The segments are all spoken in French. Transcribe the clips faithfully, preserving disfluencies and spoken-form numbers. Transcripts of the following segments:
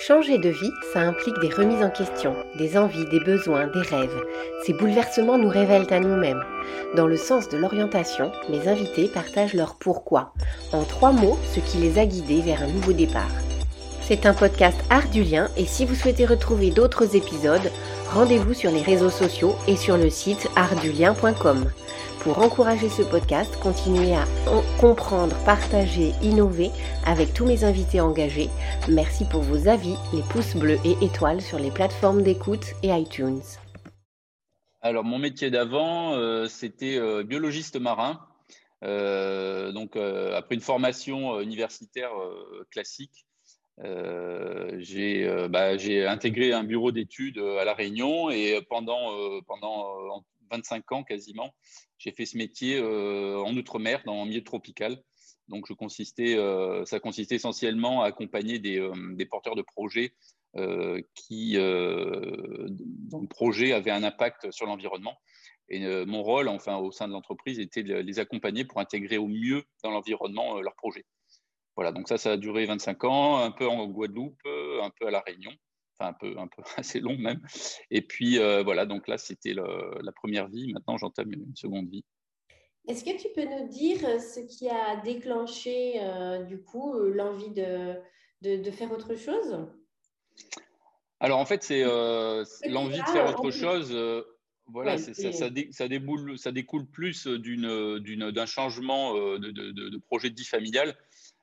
Changer de vie, ça implique des remises en question, des envies, des besoins, des rêves. Ces bouleversements nous révèlent à nous-mêmes. Dans le sens de l'orientation, mes invités partagent leur pourquoi, en trois mots, ce qui les a guidés vers un nouveau départ. C'est un podcast Art du Lien et si vous souhaitez retrouver d'autres épisodes, rendez-vous sur les réseaux sociaux et sur le site art du lien point com. Pour encourager ce podcast, continuez à comprendre, partager, innover avec tous mes invités engagés. Merci pour vos avis, les pouces bleus et étoiles sur les plateformes d'écoute et iTunes. Alors, mon métier d'avant, euh, c'était euh, biologiste marin. Euh, donc, euh, après une formation universitaire euh, classique, euh, j'ai euh, bah, j'ai intégré un bureau d'études à La Réunion et pendant, euh, pendant euh, vingt-cinq ans quasiment, j'ai fait ce métier euh, en Outre-mer, dans un milieu tropical. Donc, je consistais, euh, ça consistait essentiellement à accompagner des, euh, des porteurs de projets euh, qui, euh, dont le projet avait un impact sur l'environnement. Et euh, mon rôle, enfin, au sein de l'entreprise, était de les accompagner pour intégrer au mieux dans l'environnement euh, leur projet. Voilà, donc ça, ça a duré vingt-cinq ans, un peu en Guadeloupe, un peu à La Réunion, enfin un peu, un peu assez long même. Et puis euh, voilà, donc là, c'était le, la première vie. Maintenant, j'entame une seconde vie. Est-ce que tu peux nous dire ce qui a déclenché euh, du coup l'envie de, de, de faire autre chose? Alors en fait, c'est euh, l'envie de faire autre chose. Euh, voilà, ouais, c'est, ça, ça, dé, ça, déboule, ça découle plus d'une, d'une, d'un changement euh, de, de, de, de projet de vie familiale.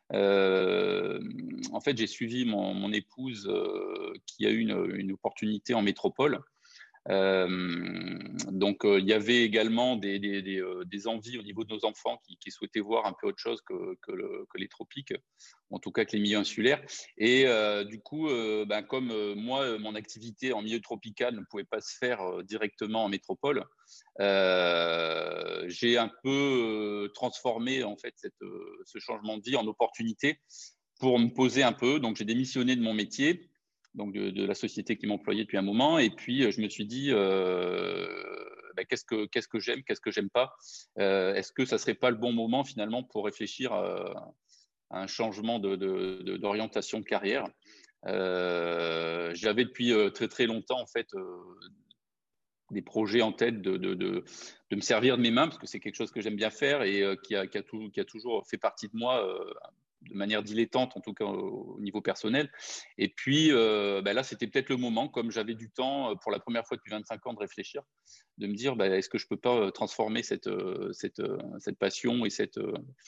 Euh, en fait, j'ai suivi mon, mon épouse euh, qui a eu une, une opportunité en métropole. Euh, donc, euh, il y avait également des, des, des, euh, des envies au niveau de nos enfants qui, qui souhaitaient voir un peu autre chose que, que, le, que les tropiques, en tout cas que les milieux insulaires. Et euh, du coup, euh, ben, comme euh, moi, mon activité en milieu tropical ne pouvait pas se faire euh, directement en métropole, euh, j'ai un peu euh, transformé en fait cette, euh, ce changement de vie en opportunité pour me poser un peu. Donc, j'ai démissionné de mon métier, donc de, de la société qui m'employait depuis un moment. Et puis, je me suis dit, euh, ben, qu'est-ce que, qu'est-ce que j'aime, qu'est-ce que j'aime pas euh, Est-ce que ça serait pas le bon moment finalement pour réfléchir à, à un changement de, de, de, d'orientation de carrière euh, J'avais depuis très très longtemps en fait euh, des projets en tête de, de, de, de me servir de mes mains parce que c'est quelque chose que j'aime bien faire et euh, qui, a, qui, a tout, qui a toujours fait partie de moi euh, de manière dilettante, en tout cas au, au niveau personnel. Et puis euh, ben là, c'était peut-être le moment, comme j'avais du temps pour la première fois depuis vingt-cinq ans de réfléchir, de me dire ben, est-ce que je peux pas transformer cette, cette, cette passion et cette,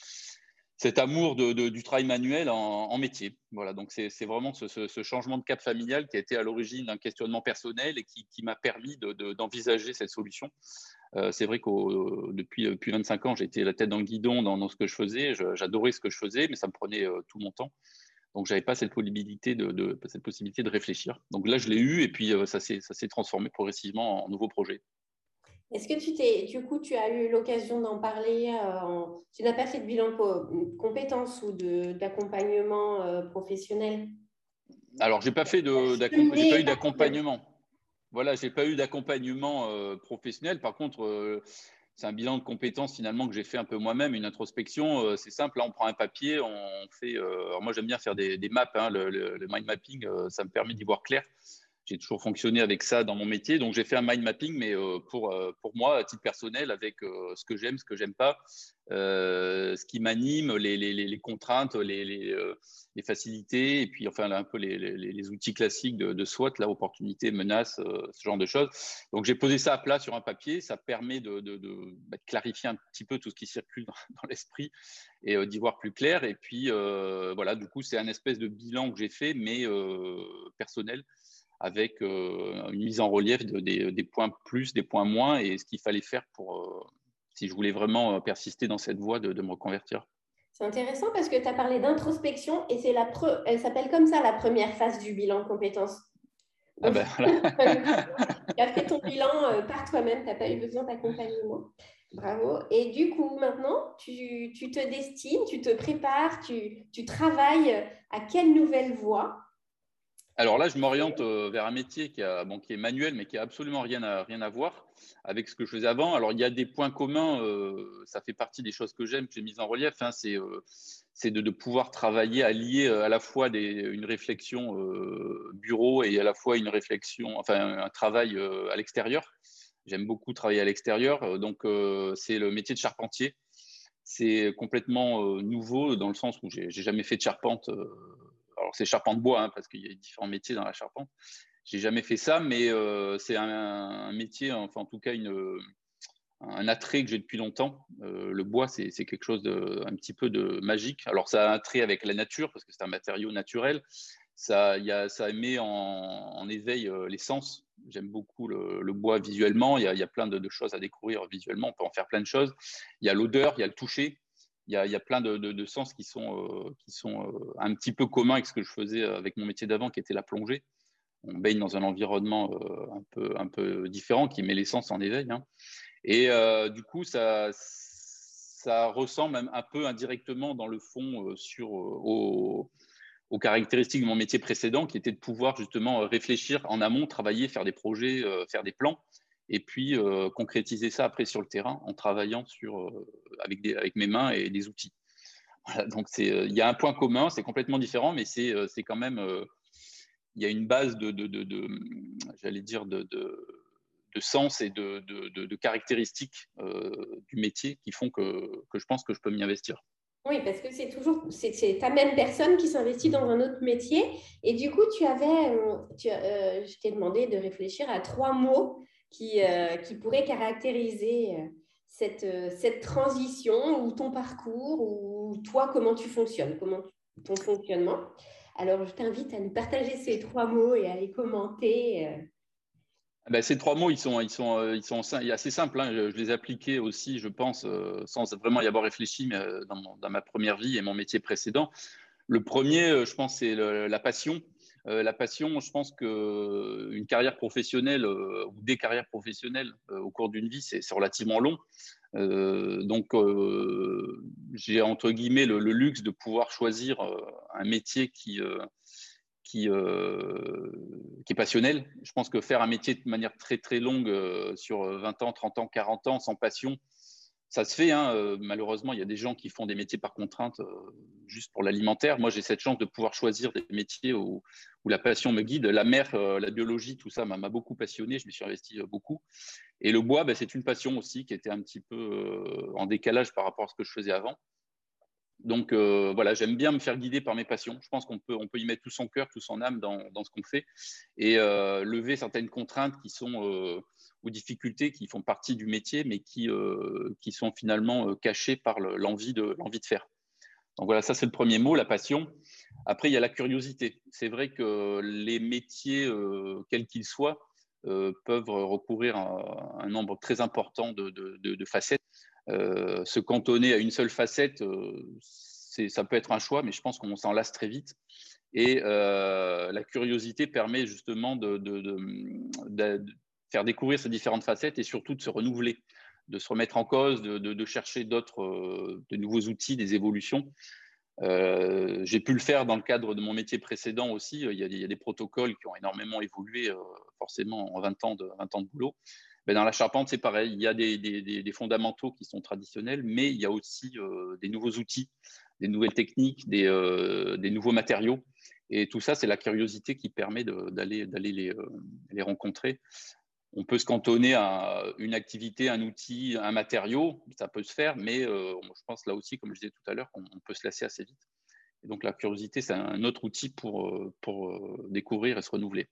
cet amour de, de, du travail manuel en, en métier. Voilà, donc c'est, c'est vraiment ce, ce, ce changement de cap familial qui a été à l'origine d'un questionnement personnel et qui, qui m'a permis de, de, d'envisager cette solution. Euh, c'est vrai que depuis, depuis vingt-cinq ans, j'étais la tête dans le guidon dans, dans ce que je faisais. Je, j'adorais ce que je faisais, mais ça me prenait euh, tout mon temps. Donc, je n'avais pas cette possibilité de, de, cette possibilité de réfléchir. Donc là, je l'ai eu et puis euh, ça, s'est, ça s'est transformé progressivement en nouveau projet. Est-ce que tu t'es, du coup, tu as eu l'occasion d'en parler euh, en... Tu n'as pas fait de bilan de compétences ou de, d'accompagnement euh, professionnel? Alors, j'ai pas fait de, j'ai pas eu d'accompagnement. Voilà, j'ai pas eu d'accompagnement euh, professionnel. Par contre, euh, c'est un bilan de compétences finalement que j'ai fait un peu moi-même, une introspection. Euh, c'est simple, là, on prend un papier, on fait. Euh, alors moi, j'aime bien faire des, des maps. Hein, le, le, le mind mapping, euh, ça me permet d'y voir clair. J'ai toujours fonctionné avec ça dans mon métier, donc j'ai fait un mind mapping, mais euh, pour euh, pour moi, à titre personnel, avec euh, ce que j'aime, ce que j'aime pas, euh, ce qui m'anime, les, les, les contraintes, les, les, euh, les facilités, et puis enfin là, un peu les, les, les outils classiques de, de SWOT, là, opportunité, menace, euh, ce genre de choses. Donc j'ai posé ça à plat sur un papier, ça permet de, de, de, bah, de clarifier un petit peu tout ce qui circule dans, dans l'esprit et euh, d'y voir plus clair. Et puis euh, voilà, du coup, c'est un espèce de bilan que j'ai fait, mais euh, personnel, avec euh, une mise en relief de, des, des points plus, des points moins, et ce qu'il fallait faire pour, euh, si je voulais vraiment persister dans cette voie de, de me reconvertir. C'est intéressant parce que tu as parlé d'introspection et c'est la pre... elle s'appelle comme ça la première phase du bilan de compétences. Donc, ah ben, voilà. Tu as fait ton bilan euh, par toi-même, tu n'as pas eu besoin d'accompagnement. Bravo. Et du coup, maintenant, tu, tu te destines, tu te prépares, tu, tu travailles à quelle nouvelle voie? Alors là, je m'oriente euh, vers un métier qui, a, bon, qui est manuel, mais qui a absolument rien à, rien à voir avec ce que je faisais avant. Alors, il y a des points communs, euh, ça fait partie des choses que j'aime, que j'ai mises en relief. Hein, c'est, euh, c'est de, de pouvoir travailler, allier à la fois des, une réflexion euh, bureau et à la fois une réflexion, enfin un travail euh, à l'extérieur. J'aime beaucoup travailler à l'extérieur, donc euh, c'est le métier de charpentier. C'est complètement euh, nouveau dans le sens où j'ai jamais fait de charpente. Euh, alors c'est charpente bois, hein, parce qu'il y a différents métiers dans la charpente. J'ai jamais fait ça, mais euh, c'est un, un métier, enfin en tout cas une, un attrait que j'ai depuis longtemps. Euh, le bois, c'est quelque chose de un petit peu de magique. Alors ça a un trait avec la nature parce que c'est un matériau naturel. Ça, y a, ça met en, en éveil euh, les sens. J'aime beaucoup le, le bois visuellement. Il y a, y a plein de, de choses à découvrir visuellement. On peut en faire plein de choses. Il y a l'odeur, il y a le toucher. Il y a, y a plein de, de, de sens qui sont, euh, qui sont euh, un petit peu communs avec ce que je faisais avec mon métier d'avant, qui était la plongée. On baigne dans un environnement euh, un, peu, un peu différent qui met les sens en éveil. Hein. Et euh, du coup, ça, ça ressemble un peu indirectement dans le fond euh, sur, euh, aux, aux caractéristiques de mon métier précédent, qui était de pouvoir justement réfléchir en amont, travailler, faire des projets, euh, faire des plans, et puis euh, concrétiser ça après sur le terrain en travaillant sur, euh, avec, des, avec mes mains et des outils. Voilà, donc il euh, y a un point commun, c'est complètement différent, mais c'est euh, quand même, il euh, y a une base de, de, de, de j'allais dire, de, de de sens et de, de, de, de caractéristiques euh, du métier qui font que, que je pense que je peux m'y investir. Oui, parce que c'est toujours c'est ta même personne qui s'investit dans un autre métier. Et du coup, tu avais, tu, euh, je t'ai demandé de réfléchir à trois mots qui, euh, qui pourraient caractériser cette, cette transition ou ton parcours ou toi, comment tu fonctionnes, comment ton fonctionnement. Alors, je t'invite à nous partager ces trois mots et à les commenter. Ben, ces trois mots, ils sont, ils sont, ils sont assez simples. Hein. Je, je, les appliquais aussi, je pense, euh, sans vraiment y avoir réfléchi, mais euh, dans, mon, dans ma première vie et mon métier précédent. Le premier, euh, je pense, c'est la passion. Euh, la passion, je pense qu'une carrière professionnelle euh, ou des carrières professionnelles euh, au cours d'une vie, c'est relativement long. Euh, donc, euh, j'ai entre guillemets le, le, luxe de pouvoir choisir euh, un métier qui, euh, qui, euh, qui est passionnel. Je pense que faire un métier de manière très très longue euh, sur vingt ans, trente ans, quarante ans sans passion, ça se fait. Hein. Euh, malheureusement, il y a des gens qui font des métiers par contrainte euh, juste pour l'alimentaire. Moi, j'ai cette chance de pouvoir choisir des métiers où, où la passion me guide. La mer, euh, la biologie, tout ça m'a beaucoup passionné. Je me suis investi euh, beaucoup. Et le bois, ben, c'est une passion aussi qui était un petit peu euh, en décalage par rapport à ce que je faisais avant. Donc euh, voilà, j'aime bien me faire guider par mes passions. Je pense qu'on peut, on peut y mettre tout son cœur, tout son âme dans, dans ce qu'on fait et euh, lever certaines contraintes qui sont euh, ou difficultés qui font partie du métier, mais qui, euh, qui sont finalement euh, cachées par l'envie de, l'envie de faire. Donc voilà, ça c'est le premier mot, la passion. Après, il y a la curiosité. C'est vrai que les métiers, euh, quels qu'ils soient, euh, peuvent recourir à un nombre très important de, de, de, de facettes. Euh, se cantonner à une seule facette, euh, ça peut être un choix, mais je pense qu'on s'en lasse très vite. Et euh, la curiosité permet justement de, de, de, de, faire découvrir ces différentes facettes et surtout de se renouveler, de se remettre en cause, de, de, de chercher d'autres, euh, de nouveaux outils, des évolutions. Euh, j'ai pu le faire dans le cadre de mon métier précédent aussi. Il y a, il y a des protocoles qui ont énormément évolué, euh, forcément en vingt ans de, vingt ans de boulot. Ben dans la charpente, c'est pareil. Il y a des, des, des, fondamentaux qui sont traditionnels, mais il y a aussi euh, des nouveaux outils, des nouvelles techniques, des, euh, des nouveaux matériaux. Et tout ça, c'est la curiosité qui permet d'aller les, euh, les rencontrer. On peut se cantonner à une activité, un outil, un matériau, ça peut se faire, mais euh, je pense là aussi, comme je disais tout à l'heure, on, on peut se lasser assez vite. Et donc la curiosité, c'est un autre outil pour, pour découvrir et se renouveler.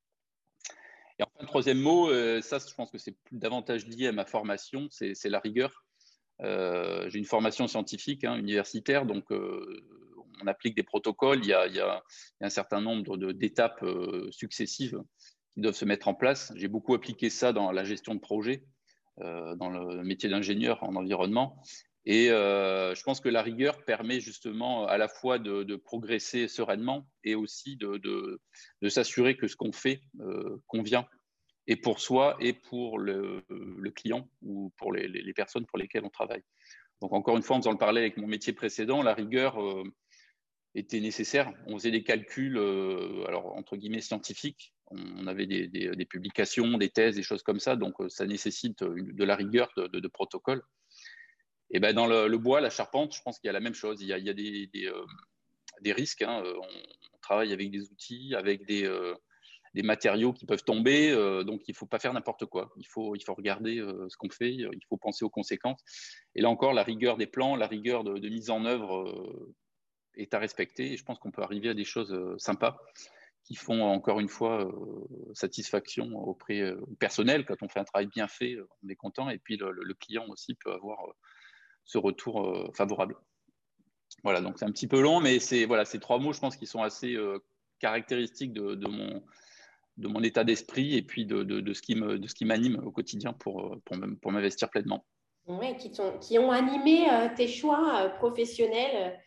Et enfin, le troisième mot, euh, ça, je pense que c'est davantage lié à ma formation, c'est la rigueur. Euh, J'ai une formation scientifique, hein, universitaire, donc euh, on applique des protocoles. Il y a, il y a, il y a un certain nombre d'étapes euh, successives qui doivent se mettre en place. J'ai beaucoup appliqué ça dans la gestion de projet, euh, dans le métier d'ingénieur en environnement. Et euh, je pense que la rigueur permet justement à la fois de, de progresser sereinement et aussi de, de, de s'assurer que ce qu'on fait euh, convient et pour soi et pour le, le client ou pour les, les, personnes pour lesquelles on travaille. Donc encore une fois, en faisant le parallèle avec mon métier précédent, la rigueur euh, était nécessaire. On faisait des calculs, euh, alors entre guillemets scientifiques. On avait des, des, des, publications, des thèses, des choses comme ça. Donc ça nécessite de la rigueur de, de, de protocole. Et ben dans le, le bois, la charpente, je pense qu'il y a la même chose. Il y a, il y a des, des, euh, des risques. Hein. On, on travaille avec des outils, avec des, euh, des matériaux qui peuvent tomber. Euh, donc, il ne faut pas faire n'importe quoi. Il faut, il faut regarder euh, ce qu'on fait. Il faut penser aux conséquences. Et là encore, la rigueur des plans, la rigueur de, de mise en œuvre euh, est à respecter. Et je pense qu'on peut arriver à des choses euh, sympas qui font encore une fois euh, satisfaction auprès euh, du personnel. Quand on fait un travail bien fait, on est content. Et puis, le, le client aussi peut avoir euh, ce retour euh, favorable. Voilà, donc c'est un petit peu long, mais c'est voilà, ces trois mots, je pense, qui sont assez euh, caractéristiques de, de, mon, de mon état d'esprit et puis de, de, de ce qui me, de ce qui m'anime au quotidien pour, pour, pour m'investir pleinement. Ouais, qui, qui ont animé euh, tes choix euh, professionnels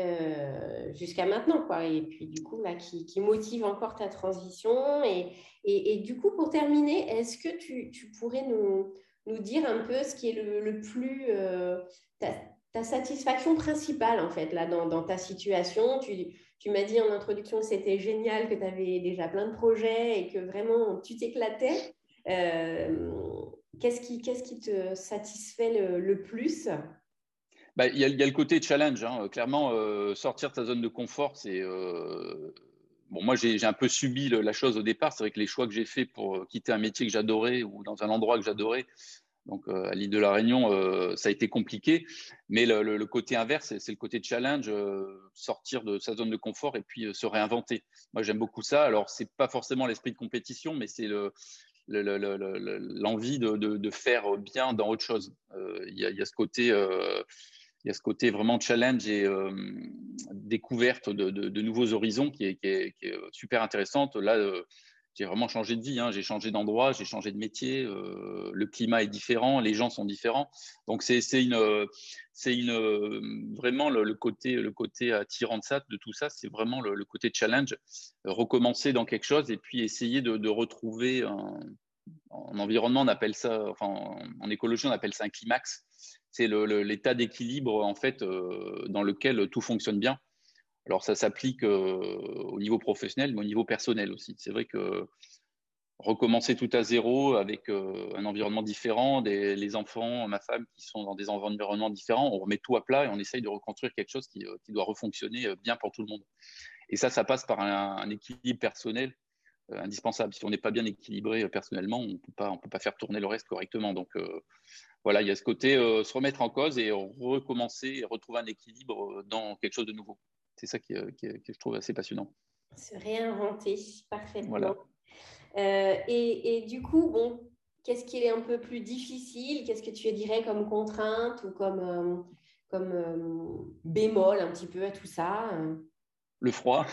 euh, jusqu'à maintenant, quoi. Et puis, du coup, là, qui, qui motivent encore ta transition. Et, et, et du coup, pour terminer, est-ce que tu, tu pourrais nous, nous dire un peu ce qui est le, le plus... Euh, ta, ta satisfaction principale, en fait, là, dans, dans ta situation? Tu, tu m'as dit en introduction que c'était génial, que tu avais déjà plein de projets et que vraiment, tu t'éclatais. Euh, Qu'est-ce qui, qu'est-ce qui te satisfait le, le plus? Bah, il y a, il y a le côté challenge. Hein. Clairement, euh, sortir de ta zone de confort, c'est. Euh... Bon, moi, j'ai j'ai un peu subi le- la chose au départ. C'est vrai que les choix que j'ai faits pour quitter un métier que j'adorais ou dans un endroit que j'adorais, donc euh, à l'île de la Réunion, euh, ça a été compliqué. Mais le, le, le côté inverse, c'est c'est le côté challenge, euh, sortir de sa zone de confort et puis euh, se réinventer. Moi, j'aime beaucoup ça. Alors, c'est pas forcément l'esprit de compétition, mais c'est le, le, le, le, le- l'envie de, de, de faire bien dans autre chose. Euh, Il y, a, il y a ce côté. Euh, il y a ce côté vraiment challenge et euh, découverte de, de, de nouveaux horizons qui est, qui est, qui est super intéressante. Là, euh, j'ai vraiment changé de vie, hein. J'ai changé d'endroit, j'ai changé de métier. Euh, le climat est différent, les gens sont différents. Donc c'est c'est une c'est une vraiment le, le côté le côté attirant de ça, de tout ça, c'est vraiment le, le côté challenge. Euh, recommencer dans quelque chose et puis essayer de, de retrouver un, en environnement, on appelle ça, enfin en, en écologie, on appelle ça un climax. C'est le, le, l'état d'équilibre en fait euh, dans lequel tout fonctionne bien. Alors ça s'applique euh, au niveau professionnel, mais au niveau personnel aussi. C'est vrai que recommencer tout à zéro avec euh, un environnement différent, des, les enfants, ma femme qui sont dans des environnements différents, on remet tout à plat et on essaye de reconstruire quelque chose qui, euh, qui doit refonctionner bien pour tout le monde. Et ça, ça passe par un, un équilibre personnel euh, indispensable. Si on n'est pas bien équilibré euh, personnellement, on peut pas, on peut pas faire tourner le reste correctement. Donc euh, voilà, il y a ce côté euh, se remettre en cause et recommencer et retrouver un équilibre dans quelque chose de nouveau. C'est ça qui, qui, que je trouve assez passionnant. Se réinventer parfaitement. Voilà. Euh, et, et du coup, bon, qu'est-ce qui est un peu plus difficile? Qu'est-ce que tu dirais comme contrainte ou comme, euh, comme euh, bémol un petit peu à tout ça? Le froid.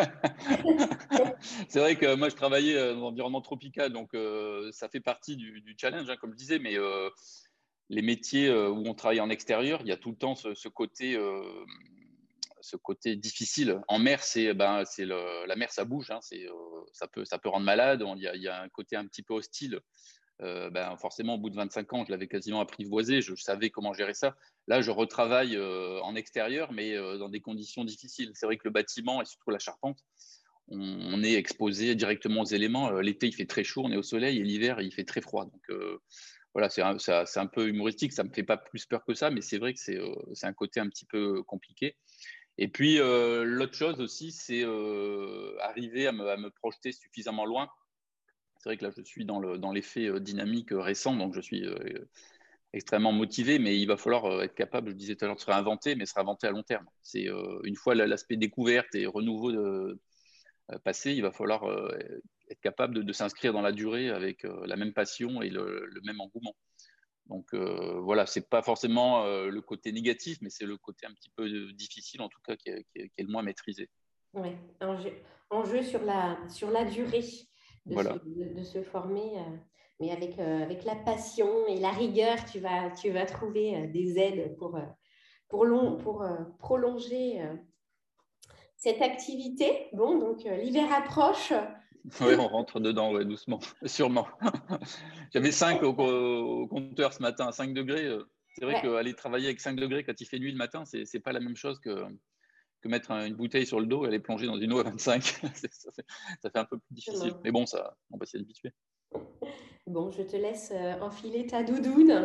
C'est vrai que moi, je travaillais dans un environnement tropical, donc euh, ça fait partie du, du challenge, hein, comme je disais, mais euh, les métiers euh, où on travaille en extérieur, il y a tout le temps ce, ce côté, euh, ce côté difficile. En mer, c'est ben, c'est le, la mer, ça bouge, hein, c'est, euh, ça, peut, ça peut rendre malade. Il y, a, il y a un côté un petit peu hostile. Euh, ben, forcément, au bout de vingt-cinq ans, je l'avais quasiment apprivoisé, je, je savais comment gérer ça. Là, je retravaille euh, en extérieur, mais euh, dans des conditions difficiles. C'est vrai que le bâtiment et surtout la charpente, on, on est exposé directement aux éléments. Euh, l'été, il fait très chaud, on est au soleil, et l'hiver, il fait très froid. Donc, euh, voilà, c'est un, c'est, c'est un peu humoristique, ça me fait pas plus peur que ça, mais c'est vrai que c'est, euh, c'est un côté un petit peu compliqué. Et puis, euh, l'autre chose aussi, c'est euh, arriver à me, à me projeter suffisamment loin. C'est vrai que là, je suis dans, le, dans l'effet euh, dynamique euh, récent, donc je suis euh, extrêmement motivé, mais il va falloir euh, être capable, je disais tout à l'heure, de se réinventer, mais se réinventer à long terme. C'est euh, une fois l'aspect découverte et renouveau de, euh, passé, il va falloir euh, être capable de, de s'inscrire dans la durée avec euh, la même passion et le, le même engouement. Donc euh, voilà, c'est pas forcément euh, le côté négatif, mais c'est le côté un petit peu difficile, en tout cas, qui est, qui est, qui est le moins maîtrisé. Oui, enjeu, enjeu sur la, sur la durée de se, Voilà. de, de se former, euh, mais avec, euh, avec la passion et la rigueur, tu vas, tu vas trouver euh, des aides pour, euh, pour, long, pour euh, prolonger euh, cette activité. Bon, donc euh, l'hiver approche. Oui, on rentre dedans, ouais, doucement, sûrement. J'avais cinq au, au, compteur ce matin, à cinq degrés. C'est vrai Ouais. qu'aller travailler avec cinq degrés quand il fait nuit le matin, c'est n'est pas la même chose que, que mettre une bouteille sur le dos et aller plonger dans une eau à vingt-cinq. ça, fait, ça fait un peu plus difficile. Mais bon, ça, on va s'y habituer. Bon, je te laisse euh, enfiler ta doudoune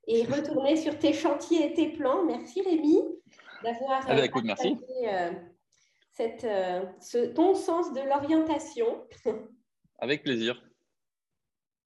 et retourner sur tes chantiers et tes plans. Merci Rémi d'avoir ah ben, écoute, partagé merci. euh, cette, euh, ce, ton sens de l'orientation. Avec plaisir.